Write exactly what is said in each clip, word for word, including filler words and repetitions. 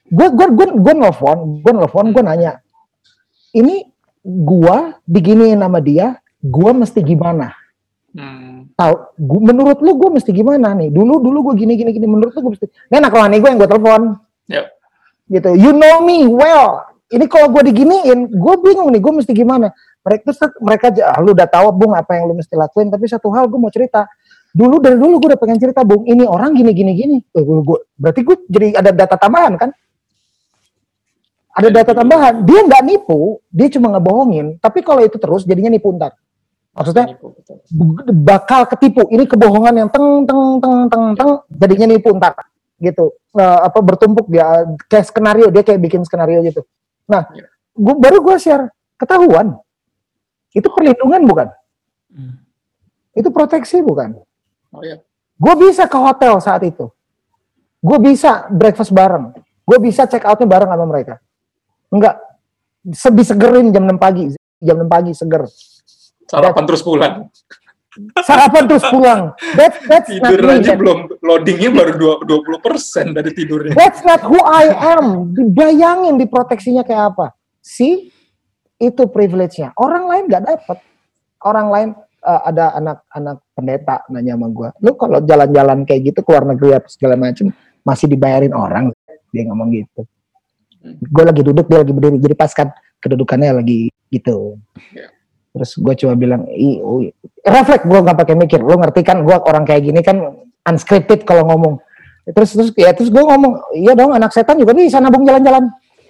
Gue gue gue gue nelfon, gue nelfon, gue nanya, ini gue diginiin sama dia, gue mesti gimana? Hmm. Tahu? Menurut lu gue mesti gimana nih? Dulu dulu gue gini gini gini. Menurut lu gue mesti. Nih anak rohani gue yang gue telepon. Yep. Gitu. You know me well. Ini kalau gue diginiin, gue bingung nih, gue mesti gimana? Mereka mereka ah, lu udah tahu Bung apa yang lu mesti lakuin, tapi satu hal gue mau cerita. Dulu dari dulu gue udah pengen cerita Bung, ini orang gini gini gini. Gue, gue, berarti gue jadi ada data tambahan kan? Ada data tambahan. Dia nggak nipu, dia cuma ngebohongin. Tapi kalau itu terus jadinya nipu ntar. Maksudnya bakal ketipu. Ini kebohongan yang teng teng teng teng teng jadinya nipu ntar gitu. Uh, apa bertumpuk dia kayak skenario, dia kayak bikin skenario gitu. Nah, gua, baru gue share, ketahuan. Itu perlindungan bukan? Hmm. Itu proteksi bukan? Oh, iya. Gue bisa ke hotel saat itu. Gue bisa breakfast bareng. Gue bisa check outnya bareng sama mereka. Enggak. Disegerin jam enam pagi. Jam enam pagi seger. Sarapan terus pulang. Sarapan terus pulang. That's, that's Tidur aja belum, loadingnya baru dua puluh persen dari tidurnya. That's not who I am. Dibayangin diproteksinya kayak apa. See? Itu privilege-nya. Orang lain gak dapet. Orang lain, uh, ada anak-anak pendeta nanya sama gue, lu kalau jalan-jalan kayak gitu, keluar negeri apa segala macam, masih dibayarin orang? Dia ngomong gitu. Gue lagi duduk, dia lagi berdiri. Jadi pas kan kedudukannya lagi gitu. Yeah. Terus gue coba bilang, i, ui. refleks gue nggak pakai mikir, lo ngerti kan gue orang kayak gini kan unscripted kalau ngomong. Terus terus ya terus gue ngomong, iya dong anak setan juga bisa nabung jalan-jalan.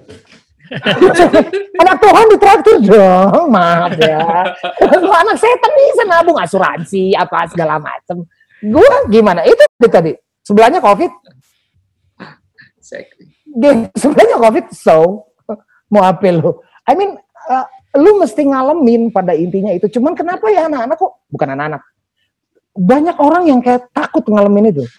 Anak Tuhan ditraktir dong, maaf ya. Anak setan bisa nabung asuransi apa segala macam. Gue gimana? Itu tadi sebelahnya COVID. Dia sebelahnya COVID, so mau apa lo? I mean. Uh, lu mesti ngalamin pada intinya itu. Cuman kenapa ya anak-anak kok, bukan anak-anak, banyak orang yang kayak takut ngalamin itu.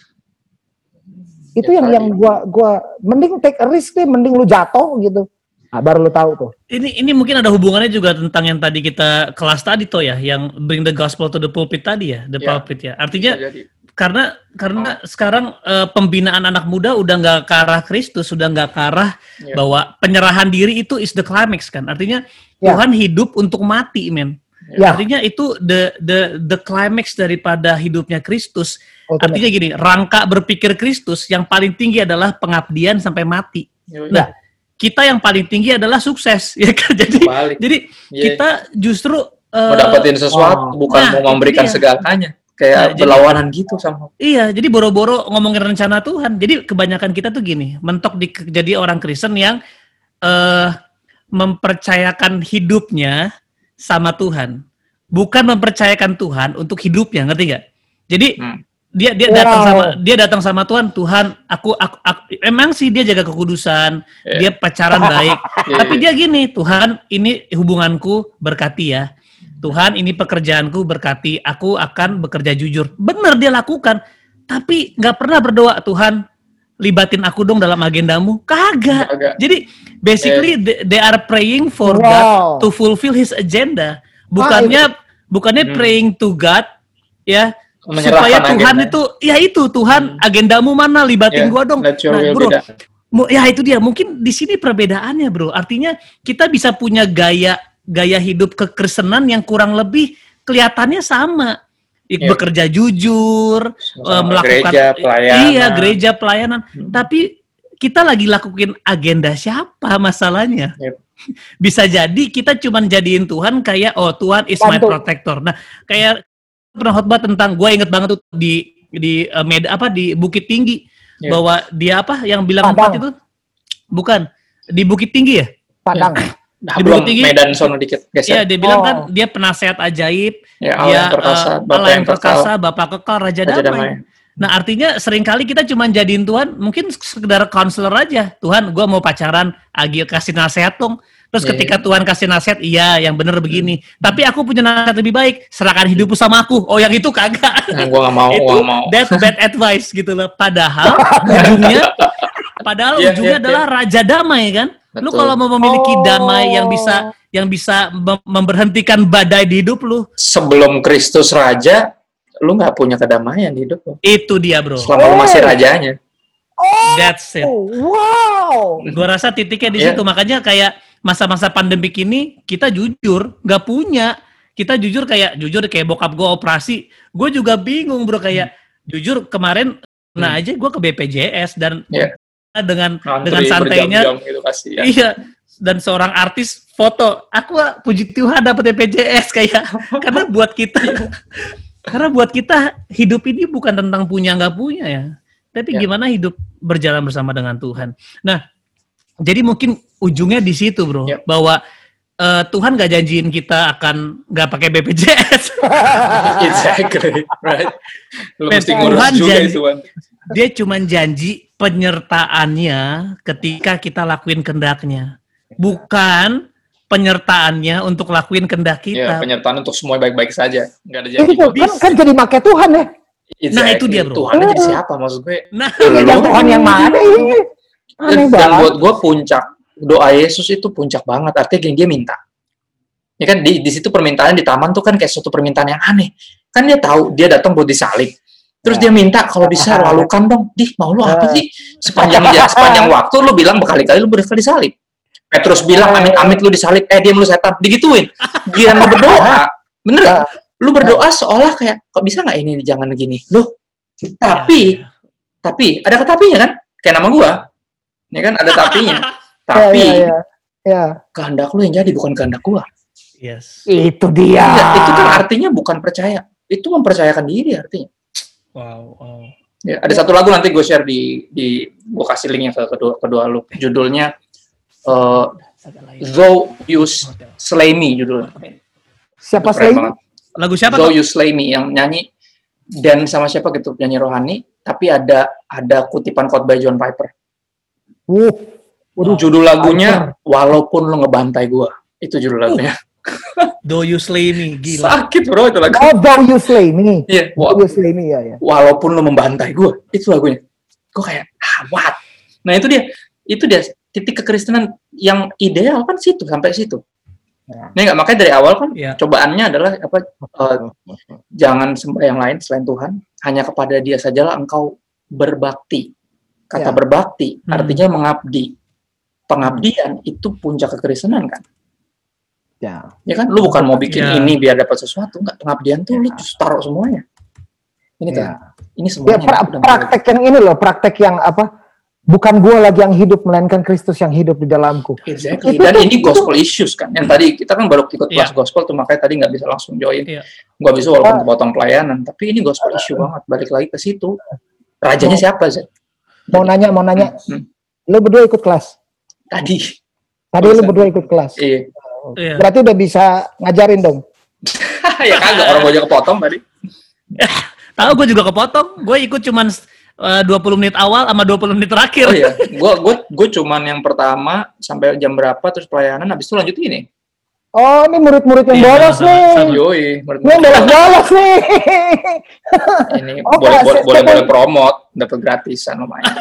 Itu ya, yang yang gua gua mending take a risk deh, mending lu jatuh gitu. Nah, baru lu tahu tuh. Ini ini mungkin ada hubungannya juga tentang yang tadi kita kelas tadi tuh ya, yang bring the gospel to the pulpit tadi ya, the yeah. pulpit ya. Artinya karena karena oh. sekarang uh, pembinaan anak muda udah nggak ke arah Kristus, sudah nggak ke arah yeah. bahwa penyerahan diri itu is the climax kan. Artinya yeah. Tuhan hidup untuk mati, men. Yeah. Artinya itu the the the climax daripada hidupnya Kristus. Oh, artinya gini, rangka berpikir Kristus yang paling tinggi adalah pengabdian sampai mati. Yeah. Nah, kita yang paling tinggi adalah sukses, ya kan? Jadi Balik. jadi yeah. kita justru uh, mau dapetin sesuatu, oh. bukan nah, mau memberikan segalanya. Kayak nah, berlawanan jadi, gitu sama. Iya, jadi boro-boro ngomongin rencana Tuhan. Jadi kebanyakan kita tuh gini, mentok di, jadi orang Kristen yang uh, mempercayakan hidupnya sama Tuhan, bukan mempercayakan Tuhan untuk hidupnya, ngerti gak? Jadi hmm. dia dia datang wow. sama dia datang sama Tuhan, Tuhan, aku, aku, aku emang sih dia jaga kekudusan, yeah. dia pacaran baik, yeah. tapi dia gini, Tuhan, ini hubunganku berkati ya. Tuhan, ini pekerjaanku berkati, aku akan bekerja jujur. Bener dia lakukan, tapi nggak pernah berdoa, Tuhan, libatin aku dong dalam agendamu. Kagak. Kagak. Jadi, basically yeah. they are praying for wow. God to fulfill His agenda. Bukannya, ah, bukannya hmm. praying to God, ya, supaya Tuhan agenda. itu, ya itu Tuhan, hmm. agendamu mana, libatin yeah. gua dong. Nah, bro, ya itu dia. Mungkin di sini perbedaannya, bro. Artinya kita bisa punya gaya gaya hidup kekristenan yang kurang lebih kelihatannya sama, yeah. bekerja jujur, uh, melakukan gereja pelayanan, iya gereja pelayanan, hmm. tapi kita lagi lakuin agenda siapa masalahnya? Yep. Bisa jadi kita cuma jadiin Tuhan kayak oh Tuhan is Bantu. my protector. Nah kayak pernah khotbah tentang, gue inget banget tuh di di uh, med apa di Bukit Tinggi yeah. bahwa dia apa yang bilang empat itu bukan di Bukit Tinggi ya? Padang. Nah, di Bukit Tinggi, Medan sono dikit geser. Iya, dia bilang oh. kan dia penasehat ajaib, ya, Allah yang perkasa, uh, Allah yang perkasa, Bapa kekal, Raja, Raja damai. damai. Nah, artinya seringkali kita cuma jadiin Tuhan mungkin sekedar counselor aja. Tuhan, gue mau pacaran, Agil kasih nasihat dong. Terus yeah. ketika Tuhan kasih nasihat, iya yang benar begini. Hmm. Tapi aku punya nasihat lebih baik, serahkan hidupmu sama aku. Oh, yang itu kagak. Nah, gue gak mau, gue gak mau. That bad advice gitu loh. Padahal ujungnya, padahal yeah, ujungnya yeah, adalah yeah. Raja damai kan. Betul. Lu kalau mau memiliki oh. damai yang bisa yang bisa mem- memberhentikan badai di hidup lu. Sebelum Kristus raja, lu nggak punya kedamaian di hidup lu. Itu dia, bro. Selama hey. lu masih rajanya. Oh, that's it. Wow. Gua rasa titiknya di Yeah. situ. Makanya kayak masa-masa pandemik ini kita jujur nggak punya. Kita jujur kayak jujur kayak bokap gue operasi. Gue juga bingung bro kayak hmm. jujur kemarin hmm. nah aja gue ke B P J S dan yeah. dengan Antri dengan santainya. Gitu kasih, ya. Iya. Dan seorang artis foto. Aku puji Tuhan dapet B P J S kayak karena buat kita karena buat kita hidup ini bukan tentang punya nggak punya ya. Tapi yeah. gimana hidup berjalan bersama dengan Tuhan. Nah, jadi mungkin ujungnya di situ, bro, yeah. bahwa uh, Tuhan nggak janjiin kita akan nggak pakai B P J S. Exactly, right? Lu mesti Tuhan juga janji, itu, dia cuma janji penyertaannya ketika kita lakuin kehendaknya, bukan penyertaannya untuk lakuin kehendak kita. Ya, penyertaan untuk semua baik-baik saja, nggak ada janji. Itu kan, kan jadi make Tuhan ya. Exactly. Nah itu dia bro. Tuhannya jadi siapa maksud gue? Nah yang Tuhan yang mana ini? Dan, dan buat gue puncak doa Yesus itu puncak banget. Artinya gini, dia minta. Ya kan di di situ permintaan di taman tuh kan kayak suatu permintaan yang aneh. Kan dia tahu dia datang buat disalib. Terus dia minta kalau bisa lalukan dong. Dih mau lu apa sih? Sepanjang sepanjang waktu lu bilang berkali-kali lu berkali disalib. Petrus bilang amit-amit lu disalib. Eh diam lu setan. Digituin. Dia mau berdoa. Bener gak? Lu berdoa seolah kayak kok bisa nggak ini jangan begini loh tapi ya, ya. tapi ada ketapinya kan kayak nama gua ini kan ada tapinya tapi ya, ya, ya. kehendak lu yang jadi bukan kehendak gua. Yes. Itu dia ya, itu kan artinya bukan percaya, itu mempercayakan diri artinya. Wow, wow. Ya, ada satu lagu nanti gue share di di gue kasih linknya ke kedua kedua lu, judulnya uh, Though You Slay Me judulnya. Siapa Slay Me? Lagu siapa tuh? Though You Slay Me yang nyanyi dan sama siapa gitu nyanyi rohani, tapi ada ada kutipan khotbah John Piper. Uh, wow. Judul lagunya Piper. Walaupun lo ngebantai gua, itu judul lagunya. Uh. Though You Slay Me, gila. Sakit bro itu lagu. Oh, Though You Slay Me. Iya. Yeah. Though You Slay Me ya ya. Walaupun lo membantai gua, itu lagunya. Gua kayak ah, what? Nah itu dia, itu dia titik kekristenan yang ideal kan situ sampai situ. Nah. Ini nggak makanya dari awal kan yeah. cobaannya adalah apa? Uh, jangan sembah yang lain selain Tuhan, hanya kepada Dia sajalah engkau berbakti. Kata yeah. berbakti hmm. artinya mengabdi. Pengabdian itu puncak kekristenan kan? Ya. Yeah. Ya kan, lu bukan mau bikin yeah. ini biar dapat sesuatu, nggak? Pengabdian tuh yeah. lu taruh semuanya. Ini kan, yeah. ini semuanya. Ya, pra- praktek yang ini loh, praktek yang apa? Bukan gue lagi yang hidup, melainkan Kristus yang hidup di dalamku. Exactly. Dan ini gospel issues kan. Yang tadi kita kan baru ikut kelas yeah. gospel tuh, makanya tadi nggak bisa langsung join. Yeah. Gak bisa walaupun kepotong pelayanan. Tapi ini gospel issue banget. Balik lagi ke situ. Rajanya siapa sih? Mau nanya, mau nanya. Hmm. Lu berdua ikut kelas? Tadi. Tadi lu berdua ikut kelas? Iya. Berarti udah bisa ngajarin dong? Ya kagak, orang gue aja kepotong tadi. Tahu gue juga kepotong. Gue ikut cuman Uh, dua puluh menit awal sama dua puluh menit terakhir. Oh iya, gue gue gue cuman yang pertama sampai jam berapa terus pelayanan, habis itu lanjut ini. Oh, ini murid-murid yang iya, bolos nih. Yoi, murid-murid yang bolos nih. Ini oh, boleh boleh boleh boleh promote, dapat gratisan lumayan.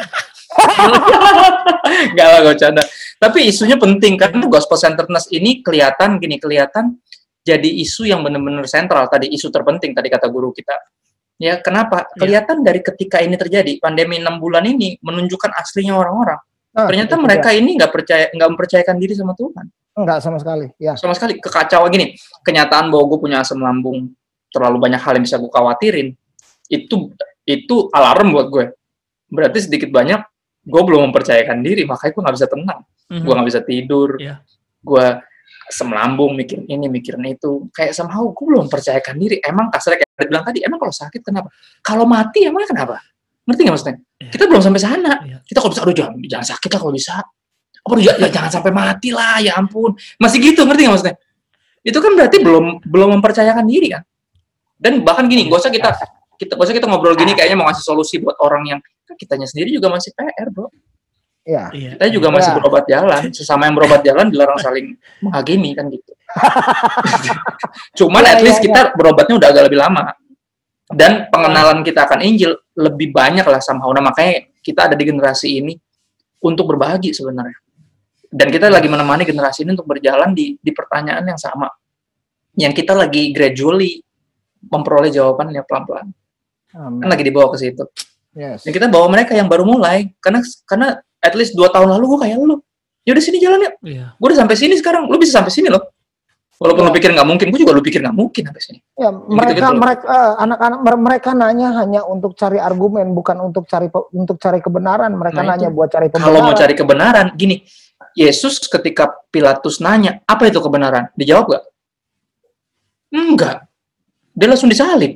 Gak lah, gue canda. Tapi isunya penting karena gospel centeredness ini kelihatan gini, kelihatan jadi isu yang benar-benar sentral. Tadi isu terpenting tadi kata guru kita. Ya, kenapa? Kelihatan ya. Dari ketika ini terjadi, pandemi enam bulan ini menunjukkan aslinya orang-orang. Nah, ternyata mereka ya. Ini nggak percaya, nggak mempercayakan diri sama Tuhan. Enggak sama sekali. Ya. Sama sekali. Kekacauan gini, kenyataan bahwa gue punya asam lambung, terlalu banyak hal yang bisa gue khawatirin, itu itu alarm buat gue. Berarti sedikit banyak gue belum mempercayakan diri, makanya gue nggak bisa tenang, mm-hmm. gue nggak bisa tidur, yeah. gue asam lambung, mikirin ini, mikirin itu. Kayak somehow gue belum mempercayakan diri. Emang kasarnya kayak bilang tadi, emang kalau sakit kenapa? Kalau mati emangnya kenapa? Ngerti nggak maksudnya? Yeah. Kita belum sampai sana. Yeah. Kita kalau bisa, aduh jangan, jangan sakit lah kalau bisa. Apa ya, ya jangan sampai mati lah, ya ampun. Masih gitu, ngerti nggak maksudnya? Itu kan berarti belum belum mempercayakan diri kan? Dan bahkan gini, gak usah kita kita gak usah kita ngobrol gini kayaknya mau ngasih solusi buat orang yang kan kitanya sendiri juga masih P R, bro. Ya. Kita juga masih ya. berobat jalan. Sesama yang berobat jalan dilarang saling menghakimi kan gitu. Cuman ya, at least ya, kita ya. berobatnya udah agak lebih lama. Dan pengenalan kita akan Injil lebih banyak lah somehow. Nah, makanya kita ada di generasi ini untuk berbagi sebenarnya. Dan kita lagi menemani generasi ini untuk berjalan di di pertanyaan yang sama. Yang kita lagi gradually memperoleh jawabannya pelan-pelan. Kan lagi dibawa ke situ. Yes. Dan kita bawa mereka yang baru mulai, karena karena at least dua tahun lalu gue kayak lu. Ya udah sini jalan yuk. Iya. Gue udah sampai sini sekarang, lu bisa sampai sini loh. Walaupun ya. Lu pikir nggak mungkin, gue juga lu pikir nggak mungkin sampai sini. Ya, mereka gitu -gitu mereka uh, anak-anak mereka nanya hanya untuk cari argumen, bukan untuk cari untuk cari kebenaran. Mereka nah, nanya buat cari kebenaran. Kalau mau cari kebenaran, gini, Yesus ketika Pilatus nanya, apa itu kebenaran? Dijawab gak? Enggak. Dia langsung disalib.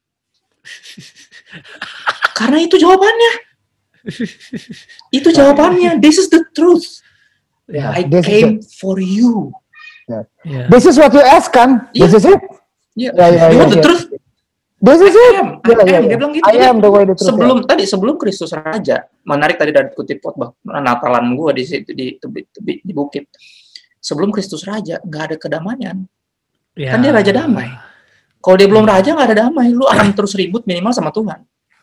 Karena itu jawabannya. Itu jawabannya. This is the truth. Yeah, I came for you. Yeah. Yeah. This is what you ask kan? Yeah. This is it. Yeah. Yeah, yeah, you want yeah, the yeah. truth? This is I it. Am. Yeah, I yeah, am. Yeah. Dia bilang gitu. I am the way, the truth. Sebelum yeah. tadi sebelum Kristus Raja, menarik tadi dari kutip khotbah Natalan gua di situ di di, di, di bukit. Sebelum Kristus Raja nggak ada kedamaian. Yeah. Kan dia Raja damai. Kalau dia belum raja nggak ada damai, lu akan terus ribut minimal sama Tuhan.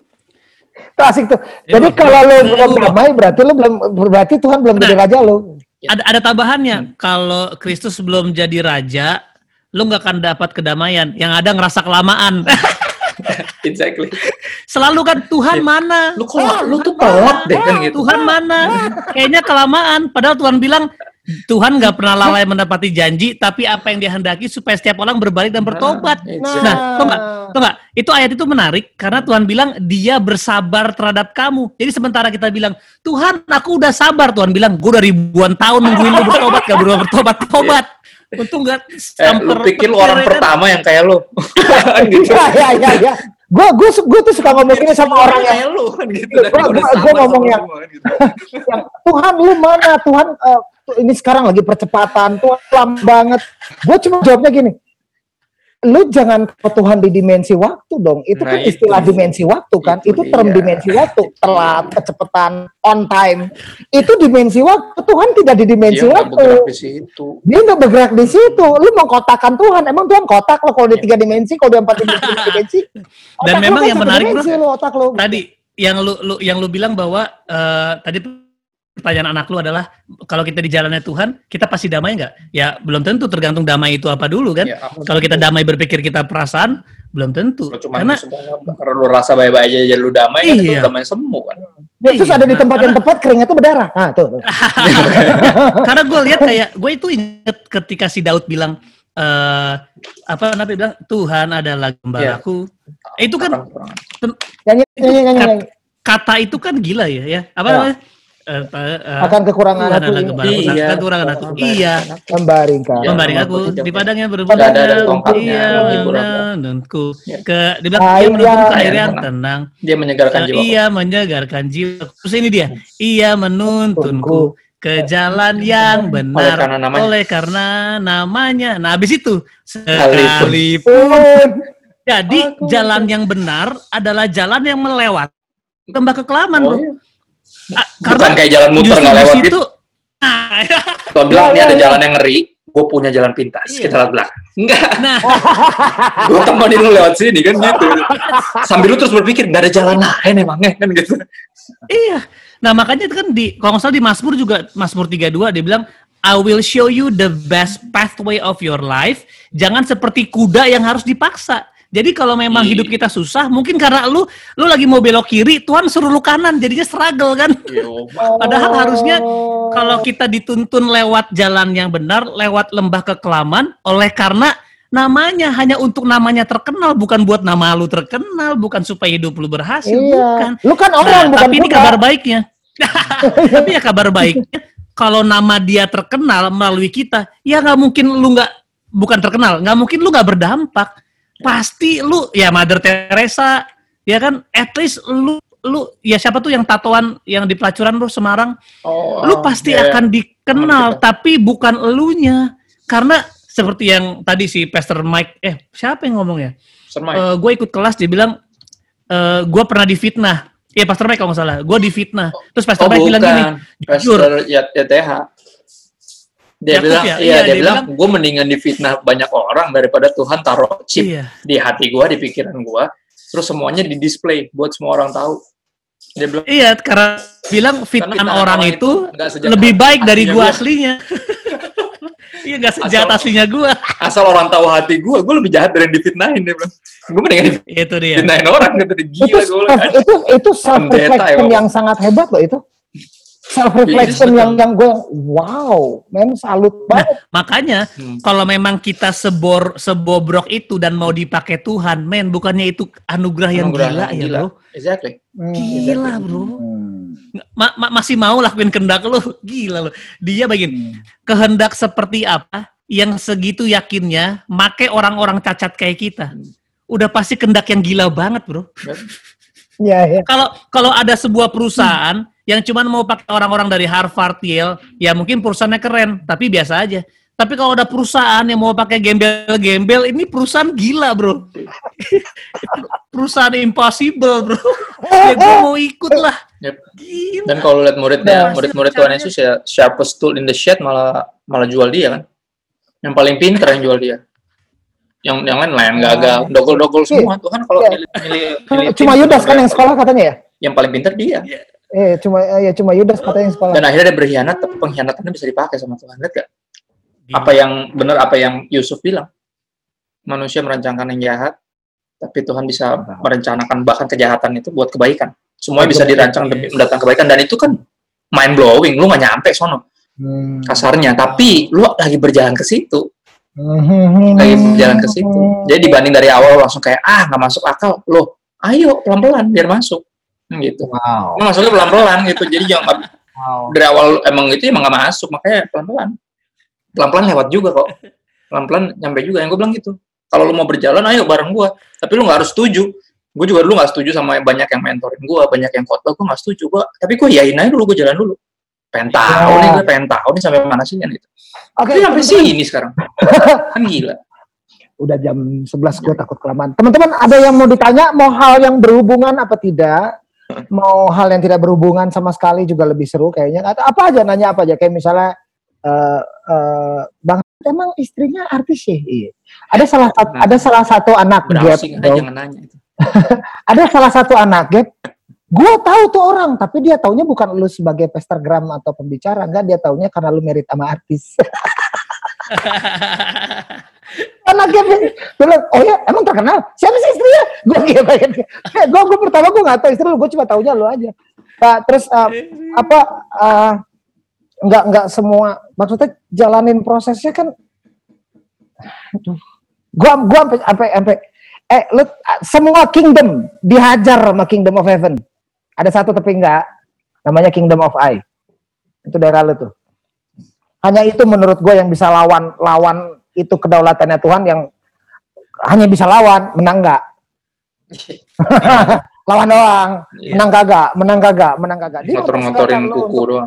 Itu asik tuh. Jadi ya, kalau lu belum damai, berarti lu belum berarti Tuhan belum nah, jadi raja lu. Ada ada tambahannya. Hmm. Kalau Kristus belum jadi raja, lu nggak akan dapat kedamaian. Yang ada ngerasa kelamaan. Exactly. Selalu kan Tuhan mana? Lu kok lu tuh telat deh kan gitu. Tuhan mana? Kayaknya kelamaan. Padahal Tuhan bilang Tuhan nggak pernah lalai menepati janji, tapi apa yang Dia hendaki supaya setiap orang berbalik dan bertobat. Nah, nah tau nggak? Tau nggak? Itu ayat itu menarik karena Tuhan bilang Dia bersabar terhadap kamu. Jadi sementara kita bilang Tuhan, aku udah sabar, Tuhan bilang, gue udah ribuan tahun nungguin lu bertobat, gak berubah bertobat, tobat. Untung nggak. Eh, lu pikir lu orang kan? Pertama yang kayak lu? Gitu. Ya, ya, ya. Gue gue gue tuh suka ngomong ini sama orang yang lu kan gitu. Gue ngomong yang, yang Tuhan lu mana? Tuhan uh, ini sekarang lagi percepatan, Tuhan lama banget. Gue cuma jawabnya gini, lu jangan ke Tuhan di dimensi waktu dong. Itu nah, kan istilah itu, dimensi waktu kan. Itu, itu term iya. dimensi waktu, telat, kecepatan, on time. Itu dimensi waktu. Tuhan tidak di dimensi dia waktu. Bergerak di situ. Dia nggak bergerak di situ. Lu mengkotakkan Tuhan. Emang Tuhan kotak lo kalau di tiga dimensi, kalau di empat dimensi. Dan memang yang menarik bro, lu, otak lu. Tadi yang lu, lu yang lu bilang bahwa uh, tadi pertanyaan anak lu adalah kalau kita di jalannya Tuhan, kita pasti damai nggak? Ya belum tentu, tergantung damai itu apa dulu kan. Ya, kalau kita damai berpikir kita perasaan, belum tentu. Cuma karena karena lu rasa baik-baik aja jadi lu damai, iya. Kan itu damai semu kan. Ya, terus iya, ada di tempat yang tepat keringat tuh berdarah. Nah, tuh. Karena gue lihat kayak gue itu inget ketika si Daud bilang uh, apa Nabi bilang Tuhan adalah gembalaku. Ya. Itu kan tem- nyanyi, nyanyi, nyanyi, nyanyi. Kata itu kan gila ya, ya. Apa ya. namanya? Uh, uh, akan kekurangan aku, iya, akan kekurangan aku, iya, membaringkan, membaring aku di padang yang berbunga, iya, menuntunku ke, dia bilang dia menuntun ke air yang tenang, dia menyegarkan jiwa, iya menyegarkan jiwa, terus ini dia, iya menuntunku ke jalan yang benar, oleh karena namanya, oleh karena namanya. Nah habis itu sekalipun, jadi jalan yang benar adalah jalan yang melewati lembah kekelaman, bro. Nah, bukan kayak jalan muter nggak lewat gitu. Gua bilang ini ada jalan yang ngeri, gue punya jalan pintas, iya. Kita lewat belakang. Enggak. Nah. Gue temenin lu lewat sini kan gitu. Sambil lu terus berpikir nggak ada jalan lain emangnya kan gitu. Iya. Nah makanya itu kan di kalau nggak salah di Mazmur juga Mazmur tiga puluh dua dia bilang I will show you the best pathway of your life. Jangan seperti kuda yang harus dipaksa. Jadi kalau memang hidup kita susah, mungkin karena lu lu lagi mau belok kiri, Tuhan suruh lu kanan, jadinya struggle kan. Padahal harusnya kalau kita dituntun lewat jalan yang benar, lewat lembah kekelaman, oleh karena namanya hanya untuk namanya terkenal, bukan buat nama lu terkenal, bukan supaya hidup lu berhasil, iya. Bukan. Lu kan orang, nah, bukan tapi ini kabar baiknya. Tapi ya kabar baiknya, kalau nama dia terkenal melalui kita, ya nggak mungkin lu nggak bukan terkenal, nggak mungkin lu nggak berdampak. Pasti lu ya Mother Teresa ya kan, at least lu lu ya siapa tuh yang tatoan yang di pelacuran bro Semarang, oh, lu pasti yeah. akan dikenal, oh, tapi bukan elunya. Karena seperti yang tadi si Pastor Mike eh siapa yang ngomong ya, uh, gue ikut kelas dia bilang uh, gue pernah difitnah. Iya Pastor Mike kalau nggak salah, gue difitnah. Terus Pastor oh, Mike bilang gini, jujur ya T H Dia Yakub bilang, ya? iya, dia, dia bilang, bilang gue mendingan difitnah banyak orang daripada Tuhan taruh chip iya. di hati gue, di pikiran gue, terus semuanya di display buat semua orang tahu. Dia bilang, iya, karena bilang fitnah orang itu lebih baik dari gue aslinya. Iya nggak sejahat aslinya gue. Asal orang tahu hati gue, gue lebih jahat dari yang difitnahin dia bilang. Gue mendingan itu dia. Fitnahin orang gitu, gila itu, gue. Self, itu itu self reflection yang sangat hebat loh itu. Self reflection yes, yang yang gue wow, men salut banget. Nah, makanya hmm. kalau memang kita sebor sebobrok itu dan mau dipakai Tuhan, men bukannya itu anugerah yang anugerah gila yang ya, gila. Bro. Exactly. Gila, Bro. Hmm. Ma ma masih mau lakuin kehendak lu. Gila lu. Dia begini. Hmm. Kehendak seperti apa yang segitu yakinnya make orang-orang cacat kayak kita. Udah pasti kehendak yang gila banget, Bro. Ya, ya. Kalau kalau ada sebuah perusahaan hmm. yang cuma mau pakai orang-orang dari Harvard, Yale, ya mungkin perusahaannya keren, tapi biasa aja. Tapi kalau ada perusahaan yang mau pakai gembel-gembel, ini perusahaan gila, Bro. Perusahaan impossible, Bro. Ya gue mau ikut lah. Yep. Gila. Dan kalau lihat muridnya, murid-murid Tuhan Yesus ya, sharpest tool in the shed malah malah jual dia kan. Yang paling pintar yang jual dia. Yang yang lain lain gagal, dogol-dogol semua. Tuhan kalau milih milih cuma Yudas kan yang sekolah katanya ya? Yang paling pintar dia. Eh cuma ya cuma Yudas katanya yang sekolah. Dan akhirnya dia berkhianat, tapi pengkhianatannya bisa dipakai sama Tuhan. Lihat gak? Apa yang benar, apa yang Yusuf bilang? Manusia merancangkan yang jahat, tapi Tuhan bisa merencanakan bahkan kejahatan itu buat kebaikan. Semuanya bisa dirancang demi mendatangkan kebaikan, dan itu kan mind blowing. Lu nggak nyampe sono, hmm. kasarnya. Tapi lu lagi berjalan ke situ, lagi berjalan ke situ. Jadi dibanding dari awal langsung kayak ah nggak masuk akal, lo ayo pelan-pelan biar masuk. Gitu. Wow. Nah, masuknya pelan-pelan gitu. Jadi jangan wow. dari awal emang itu emang nggak masuk, makanya pelan-pelan. Pelan-pelan lewat juga kok. Pelan-pelan nyampe juga. Yang gue bilang gitu. Kalau lu mau berjalan, ayo bareng gue. Tapi lu nggak harus setuju. Gue juga dulu nggak setuju sama banyak yang mentorin gue, banyak yang khotbah, gue nggak setuju. Gua, tapi gue yain aja dulu, gue jalan dulu. Pengen tahu nih, gue pengen tahu nih sampai mana sih kan gitu. Oke. Sampai sini sekarang. Kan gila. Udah jam sebelas, gue takut kelamaan. Teman-teman, ada yang mau ditanya? Mau hal yang berhubungan apa tidak? Mau hal yang tidak berhubungan sama sekali juga lebih seru kayaknya. Atau apa aja, nanya apa aja. Kayak misalnya, uh, uh, Bang, emang istrinya artis ya? Iya. Ada salah satu, nah, ada salah satu anak Gap. Jangan nanya itu. Ada salah satu anak Gap. Gue tahu tuh orang, tapi dia taunya bukan lu sebagai pestagram atau pembicara, enggak, dia taunya karena lu merit sama artis. Anak Gap bilang, oh ya, emang terkenal? Siapa sih istrinya? Gue gitu. Gue gue pertama gue nggak tahu istri lu, gue cuma taunya lu aja. Nah, terus uh, apa? Uh, nggak nggak semua, maksudnya jalanin prosesnya kan. Aduh, gue gue sampai sampai sampai eh lu semua kingdom dihajar sama Kingdom of Heaven. Ada satu tapi enggak, namanya Kingdom of I. Itu daerah lu tuh. Hanya itu menurut gue yang bisa lawan lawan itu kedaulatannya Tuhan, yang hanya bisa lawan, menang enggak. Lawan doang, yeah. menang kagak, menang kagak, menang kagak. Motor-motorin kuku doang.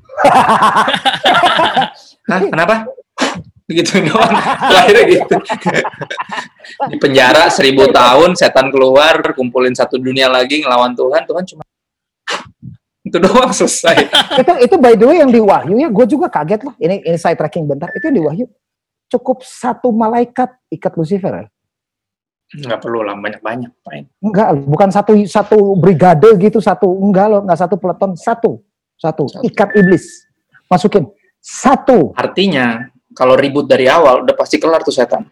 Hah, kenapa? Begitu doang, lahirnya gitu. Di penjara seribu tahun, setan keluar, kumpulin satu dunia lagi ngelawan Tuhan, Tuhan cuma itu doang, selesai. itu itu by the way yang di Wahyu ya, gue juga kaget loh. Ini ini saya tracking bentar, itu yang di Wahyu cukup satu malaikat ikat Lucifer ya? Nggak perlu lah banyak-banyak, Pak. Enggak, bukan satu satu brigade gitu, satu enggak loh, nggak satu peleton, satu satu, satu. Ikat iblis, masukin satu. Artinya kalau ribut dari awal udah pasti kelar tuh setan.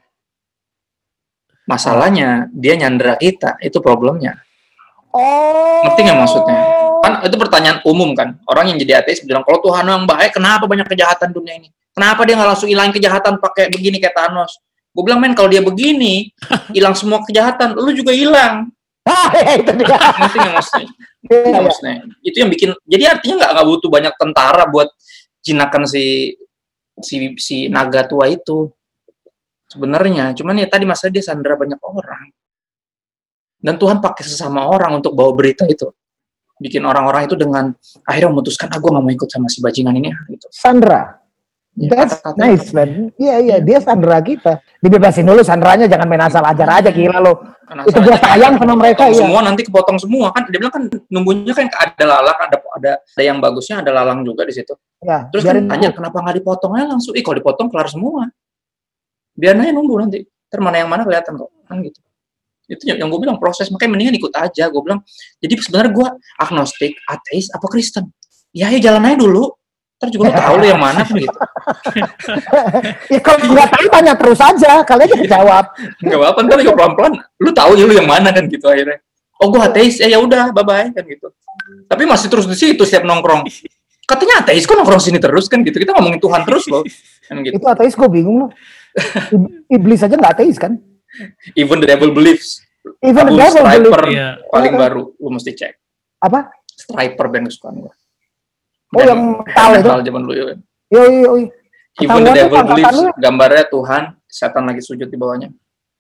Masalahnya dia nyandera kita, itu problemnya. Oh. Ngerti nggak maksudnya? Kan itu pertanyaan umum kan. Orang yang jadi ateis bilang kalau Tuhan yang baik, kenapa banyak kejahatan dunia ini? Kenapa dia nggak langsung hilangin kejahatan pakai begini kayak Thanos? Gue bilang, men, kalau dia begini hilang semua kejahatan, lu juga hilang. Itu dia. Ngerti nggak maksudnya? Ngerti nggak maksudnya? Itu yang bikin. Jadi artinya nggak nggak butuh banyak tentara buat jinakan si si si naga tua itu. Sebenarnya, cuman ya tadi masalah dia sandera banyak orang. Dan Tuhan pakai sesama orang untuk bawa berita itu. Bikin orang-orang itu dengan akhirnya memutuskan, ah gue gak mau ikut sama si bajingan ini. Gitu. Sandra. Ya, that's kata -kata nice, man. Iya, iya, dia sandera kita. Dibebasin dulu sandranya, jangan main asal ajar aja, gila lo. Itu gue sayang sama mereka. Ya. Semua nanti kepotong semua kan. Dia bilang kan nunggunya kan ada lalang, ada ada ada yang bagusnya, ada lalang juga di situ. Ya, terus kan tanya kenapa nggak dipotong aja langsung? Ih, kalau dipotong kelar semua. Biar aja nunggu nanti. Ntar mana yang mana kelihatan kok. Kan gitu. Itu yang gue bilang proses, makanya mendingan ikut aja. Gue bilang, jadi sebenarnya gue agnostik, ateis, apa Kristen? Ya, ya jalan aja dulu. Ntar juga lo tahu lo yang mana kan gitu. Ya kalau nggak tahu tanya terus aja, kalian aja jawab. Nggak apa-apa, ntar juga pelan-pelan. Lu tahu ya lu yang mana kan gitu akhirnya. Oh gue ateis, eh ya udah, bye bye kan gitu. Tapi masih terus di situ setiap nongkrong. Katanya ateis, kok nongkrong sini terus kan gitu. Kita ngomongin Tuhan terus loh. Kan gitu. Itu ateis gue bingung loh. Iblis aja nggak ateis kan? Even the devil believes. Even the devil Striper believes. Iya. paling baru, lu mesti cek. Apa? Striper band kesukaan gue. Oh yang metal itu? Metal zaman dulu ya kan. Yo yo yo. Even the devil believes, gambarnya Tuhan, setan lagi sujud di bawahnya.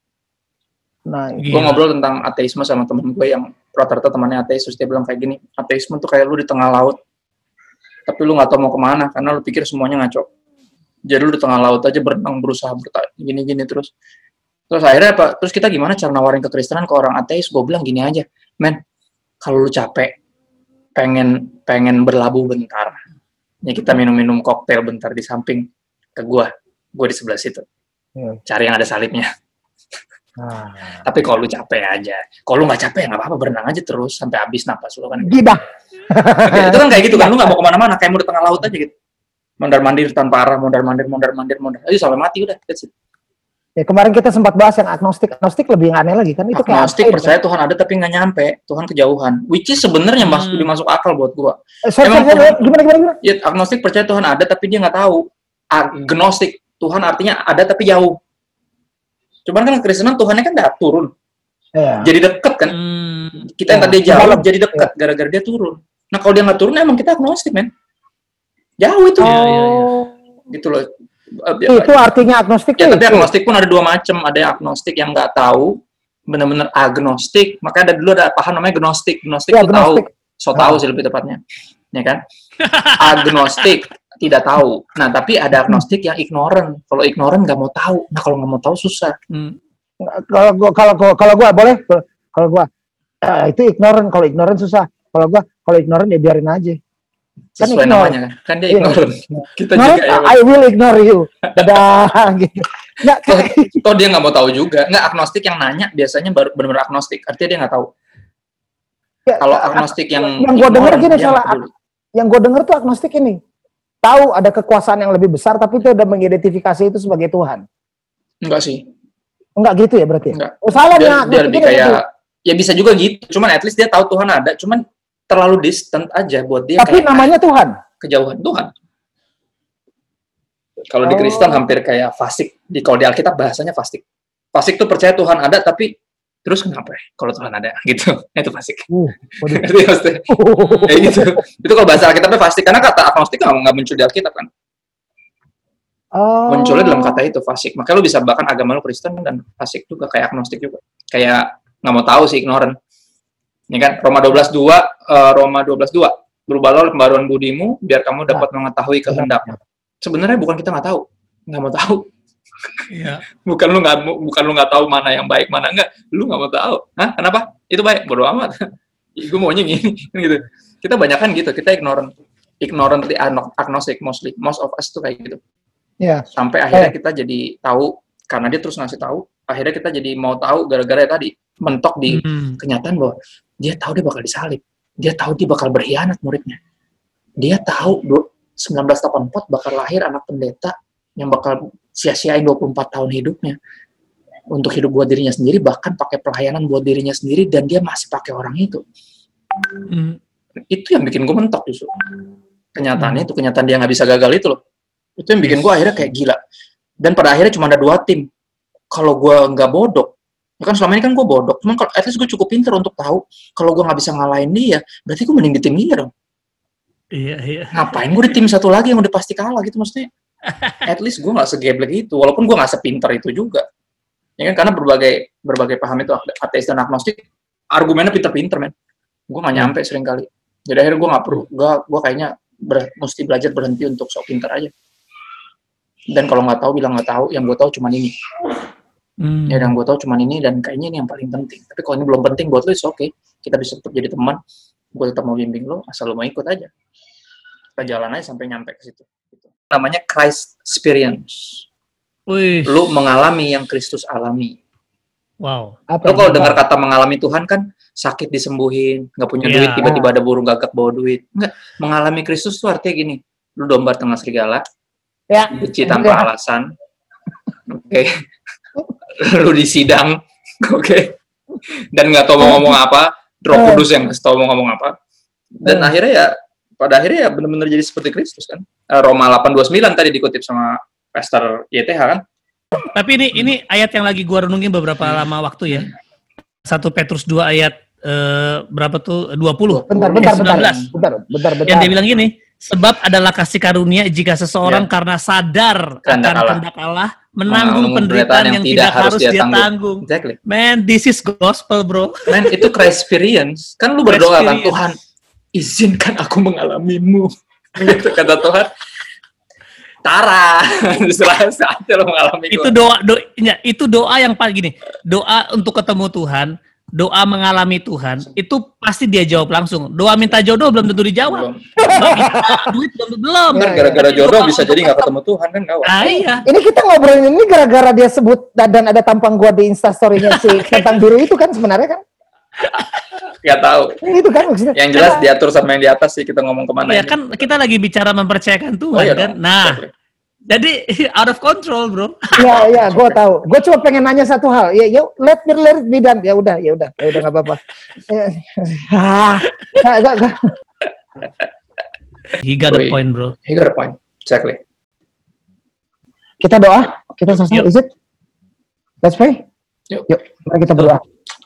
Nah, gue ngobrol tentang ateisme sama temen gue yang rata-rata temannya ateis, terus dia bilang kayak gini, ateisme tuh kayak lu di tengah laut, tapi lu nggak tahu mau kemana, karena lu pikir semuanya ngaco. Jadi lu di tengah laut aja berenang, berusaha bertahan, gini-gini terus. Terus akhirnya apa? Terus kita gimana cara nawarin kekristenan ke orang ateis? Gue bilang gini aja, men, kalau lu capek, pengen pengen berlabuh bentar, ya kita minum-minum koktail bentar di samping ke gue, gue di sebelah situ, cari yang ada salibnya. Ah. Tapi kalau lu capek aja, kalau lu nggak capek ya nggak apa-apa, berenang aja terus sampai habis napas lu kan. Gibah. Itu kan kayak gitu kan, lu nggak mau kemana-mana, kayak mau di tengah laut aja gitu. Mondar-mandir tanpa arah, mondar-mandir, mondar-mandir, mondar, ayo sampai mati udah. That's it. Ya kemarin kita sempat bahas yang agnostik, agnostik lebih aneh lagi kan itu. Agnostik percaya kan? Tuhan ada tapi nggak nyampe, Tuhan kejauhan. Which is sebenarnya hmm. masuk masuk akal buat gua. Eh, sorry, Emang sorry, Tuhan, gimana gimana gimana? Ya agnostik percaya Tuhan ada tapi dia nggak tahu. Agnostik Tuhan artinya ada tapi jauh. Cuman kan kekristenan Tuhannya kan udah turun, ya. Jadi deket kan. Hmm. Kita yang ya. tadi jauh ya. jadi deket ya. gara-gara dia turun. Nah kalau dia nggak turun emang kita agnostik men. Jauh itu. Oh. Ya, ya, ya. Gitu loh. Itu artinya agnostik ya, tapi itu. Agnostik pun ada dua macam. Ada yang agnostik yang nggak tahu, benar-benar agnostik. Makanya ada dulu ada paham namanya gnostik. Gnostik ya, itu tahu, so tahu sih lebih tepatnya, ya kan? Agnostik tidak tahu. Nah tapi ada agnostik yang ignorant. Kalau ignorant nggak mau tahu. Nah kalau nggak mau tahu susah. Hmm. Kalau gua kalau gua kalau gua boleh kalau gua uh, itu ignorant. Kalau ignorant susah. Kalau gua kalau ignorant ya biarin aja. Kan sesuai namanya kan, kan dia ignorant. Yeah. Kita no, juga ya. I will ignore you. Dadah gitu. Nggak, toh, toh dia nggak mau tahu juga. Nggak, agnostik yang nanya biasanya baru benar-benar agnostik. Artinya dia nggak tahu. Ya, kalau agnostik yang yang gue denger gini salah. Yang gue denger tuh agnostik ini tahu ada kekuasaan yang lebih besar, tapi itu udah mengidentifikasi itu sebagai Tuhan. Enggak sih. Enggak gitu ya berarti? Enggak. Oh, salah dia, dia lebih kayak gitu. Ya bisa juga gitu. Cuman at least dia tahu Tuhan ada. Cuman terlalu distant aja buat dia. Tapi namanya Tuhan. Kejauhan Tuhan. Kalau oh. di Kristen hampir kayak fasik. Di kalau di Alkitab bahasanya fasik. Fasik tuh percaya Tuhan ada tapi terus kenapa ya kalau Tuhan ada gitu. Itu fasik. Uh, itu maksudnya. Kayak gitu. Itu kalau bahasa Alkitabnya fasik karena kata agnostik nggak muncul di Alkitab kan. Oh. Munculnya dalam kata itu fasik. Makanya lu bisa bahkan agama lu Kristen dan fasik juga kayak agnostik juga. Kayak nggak mau tahu sih, ignorant. Ini kan Roma dua belas dua, uh, Roma dua belas dua, berubahlah oleh pembaruan budimu biar kamu dapat nah, mengetahui kehendak. Sebenarnya bukan kita nggak tahu, nggak mau tahu. Iya. bukan lu nggak bukan lu nggak tahu mana yang baik mana enggak, lu nggak mau tahu. Hah? Kenapa? Itu baik, bodo amat. Gue maunya gini, gitu. Kita banyak kan gitu, kita ignorant, ignorantly agnostic mostly, most of us tuh kayak gitu. Iya. Sampai akhirnya kita jadi tahu karena dia terus ngasih tahu, akhirnya kita jadi mau tahu gara-gara tadi mentok di hmm. kenyataan bahwa dia tahu dia bakal disalib. Dia tahu dia bakal berkhianat muridnya. Dia tahu sembilan belas delapan puluh empat bakal lahir anak pendeta yang bakal sia-siain dua puluh empat tahun hidupnya untuk hidup buat dirinya sendiri, bahkan pakai pelayanan buat dirinya sendiri, dan dia masih pakai orang itu. Hmm. Itu yang bikin gue mentok justru. Kenyataannya hmm. itu, kenyataan dia nggak bisa gagal itu loh. Itu yang bikin gue akhirnya kayak gila. Dan pada akhirnya cuma ada dua tim. Kalau gue nggak bodoh, kan selama ini kan gue bodoh, cuman kalau at least gue cukup pinter untuk tahu kalau gue nggak bisa ngalahin dia, berarti gue mending di tim dia dong. Iya iya. Ngapain gue di tim satu lagi yang udah pasti kalah gitu maksudnya? At least gue nggak segeblek itu, walaupun gue nggak sepinter itu juga. Ya kan karena berbagai berbagai paham itu ateis dan agnostik, argumennya pinter-pinter men. Gue nggak nyampe sering kali. Jadi akhirnya gue nggak perlu, gue gue kayaknya ber, mesti belajar berhenti untuk sok pinter aja. Dan kalau nggak tahu bilang nggak tahu, yang gue tahu cuma ini. Hmm. Ya, yang gue tahu cuma ini dan kayaknya ini yang paling penting. Tapi kalau ini belum penting buat lo, oke, okay. Kita bisa tetap jadi teman. Gue tetap mau bimbing lo, asal lo mau ikut aja. Kita jalan aja sampai nyampe ke situ. Gitu. Namanya Christ experience. Wih. Lo mengalami yang Kristus alami. Wow. Lo kalau dengar kata mengalami Tuhan kan sakit disembuhin, nggak punya yeah. duit, tiba-tiba ada burung gagak bawa duit. Enggak, mengalami Kristus tuh artinya gini. Lo domba tengah serigala, Ya. Benci tanpa ya. alasan. Oke. Okay. Lu di sidang. Oke. Okay. Dan nggak tahu mau ngomong apa. Roh Kudus yang nggak tahu mau ngomong apa. Dan uh. akhirnya ya, pada akhirnya ya benar-benar jadi seperti Kristus kan. Roma delapan dua puluh sembilan tadi dikutip sama Pastor Y T H kan. Tapi ini ini ayat yang lagi gua renungin beberapa hmm. lama waktu ya. satu Petrus dua ayat eh, berapa tuh? dua puluh. Bentar, bentar, bentar, bentar, bentar, bentar. Yang dia bilang gini, sebab adalah kasih karunia jika seseorang ya. karena sadar akan kehendak Allah menanggung penderitaan yang, yang tidak harus dia, dia tanggung. Exactly. Man, this is gospel, bro. Man, itu Christ-perience. Kan lu berdoa kan, Tuhan, izinkan aku mengalamimu. Gitu kata Tuhan. Tara, setelah saatnya lo mengalami itu doa, doanya itu doa yang paling gini, doa untuk ketemu Tuhan, doa mengalami Tuhan, itu pasti dia jawab langsung. Doa minta jodoh belum tentu dijawab. Belum. Duit belum belum. Nah, gara-gara jodoh bisa jadi nggak ketemu Tuhan kan kawan. Ah, iya. Ini kita ngobrolin ini gara-gara dia sebut dan ada tampang gua di Instastory-nya si tentang biru itu kan sebenarnya kan? Gak tahu. Itu kan maksudnya. Yang jelas nah, diatur sama yang di atas sih, kita ngomong kemana ya ini. Kan kita lagi bicara mempercayakan Tuhan oh, iya kan. Dong. Nah, exactly. Jadi out of control, bro. Iya, iya, gue tahu. Gue cuma pengen nanya satu hal. Ya, yuk, let me let me done. Ya udah, ya udah, ya udah nggak apa-apa. He got a point, bro. He got a point. Exactly. Kita doa, kita selesai. Is it? Let's pray. Yuk, yuk mari kita berdoa.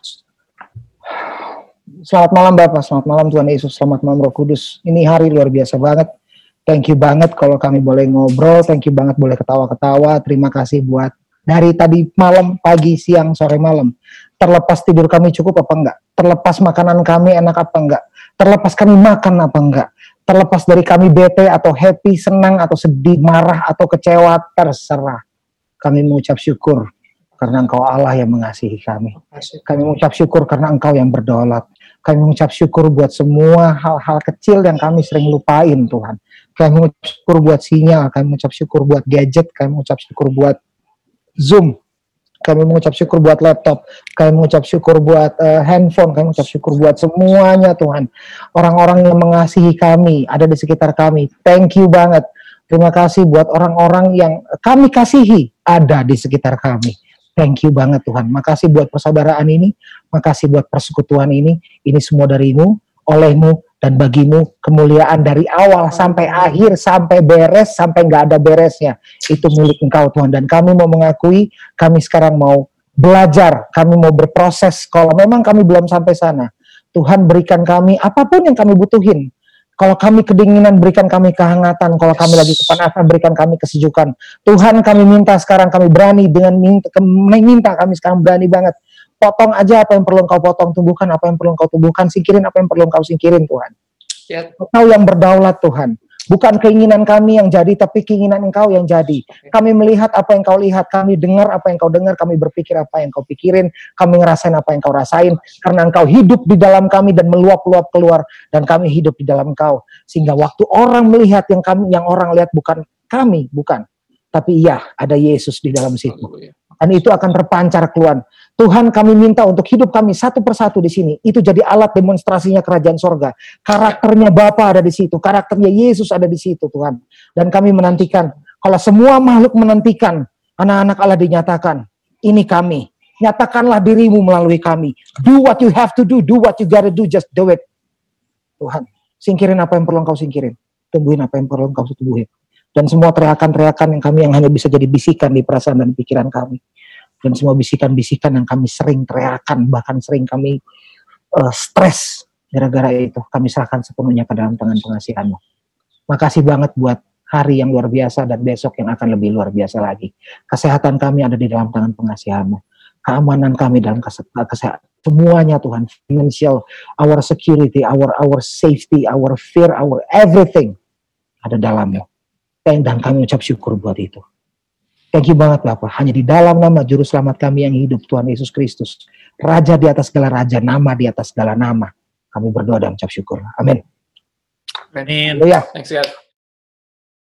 Selamat malam Bapak, selamat malam Tuhan Yesus, selamat malam Roh Kudus. Ini hari luar biasa banget. Thank you banget kalau kami boleh ngobrol, thank you banget boleh ketawa-ketawa. Terima kasih buat dari tadi malam, pagi, siang, sore, malam. Terlepas tidur kami cukup apa enggak? Terlepas makanan kami enak apa enggak? Terlepas kami makan apa enggak? Terlepas dari kami bete atau happy, senang atau sedih, marah atau kecewa, terserah. Kami mengucap syukur karena Engkau Allah yang mengasihi kami. Kami mengucap syukur karena Engkau yang berdaulat. Kami mengucap syukur buat semua hal-hal kecil yang kami sering lupain, Tuhan. Kami mengucap syukur buat sinyal, kami mengucap syukur buat gadget, kami mengucap syukur buat Zoom, kami mengucap syukur buat laptop, kami mengucap syukur buat uh, handphone, kami mengucap syukur buat semuanya, Tuhan. Orang-orang yang mengasihi kami, ada di sekitar kami. Thank you banget. Terima kasih buat orang-orang yang kami kasihi, ada di sekitar kami. Thank you banget Tuhan. Makasih buat persaudaraan ini. Makasih buat persekutuan ini. Ini semua darimu, olehmu, dan bagimu kemuliaan dari awal sampai akhir, sampai beres, sampai nggak ada beresnya. Itu milik Engkau Tuhan. Dan kami mau mengakui, kami sekarang mau belajar, kami mau berproses. Kalau memang kami belum sampai sana, Tuhan berikan kami apapun yang kami butuhin. Kalau kami kedinginan, berikan kami kehangatan. Kalau kami lagi kepanasan, berikan kami kesejukan. Tuhan, kami minta sekarang, kami berani dengan minta, minta kami sekarang berani banget. Potong aja apa yang perlu Engkau potong, tumbuhkan apa yang perlu Engkau tumbuhkan, singkirin apa yang perlu Engkau singkirin, Tuhan. Engkau yang berdaulat, Tuhan. Bukan keinginan kami yang jadi, tapi keinginan Engkau yang jadi. Kami melihat apa yang Kau lihat, kami dengar apa yang Kau dengar, kami berpikir apa yang Kau pikirin, kami ngerasain apa yang Kau rasain, karena Engkau hidup di dalam kami dan meluap-luap keluar, dan kami hidup di dalam Engkau. Sehingga waktu orang melihat yang kami, yang orang lihat bukan kami, bukan. Tapi iya, ada Yesus di dalam situ. Dan itu akan terpancar keluar. Tuhan, kami minta untuk hidup kami satu persatu di sini. Itu jadi alat demonstrasinya kerajaan sorga. Karakternya Bapa ada di situ. Karakternya Yesus ada di situ, Tuhan. Dan kami menantikan. Kalau semua makhluk menantikan anak-anak Allah dinyatakan. Ini kami. Nyatakanlah dirimu melalui kami. Do what you have to do. Do what you gotta do. Just do it. Tuhan, singkirin apa yang perlu Engkau singkirin. Tumbuhin apa yang perlu Engkau tumbuhin. Dan semua teriakan-teriakan yang kami yang hanya bisa jadi bisikan di perasaan dan pikiran kami. Dan semua bisikan-bisikan yang kami sering teriakan, bahkan sering kami uh, stres gara-gara itu, kami serahkan sepenuhnya ke dalam tangan pengasihan-Mu. Makasih banget buat hari yang luar biasa dan besok yang akan lebih luar biasa lagi. Kesehatan kami ada di dalam tangan pengasihan-Mu. Keamanan kami dalam kesehatan. Semuanya Tuhan, financial, our security, our our safety, our fear, our everything ada dalamnya. Dan kami ucap syukur buat itu. Thank you banget Bapak. Hanya di dalam nama Juru Selamat kami yang hidup, Tuhan Yesus Kristus. Raja di atas segala raja, nama di atas segala nama. Kami berdoa dan ucap syukur. Amin. Amin. Haleluya. Thanks God.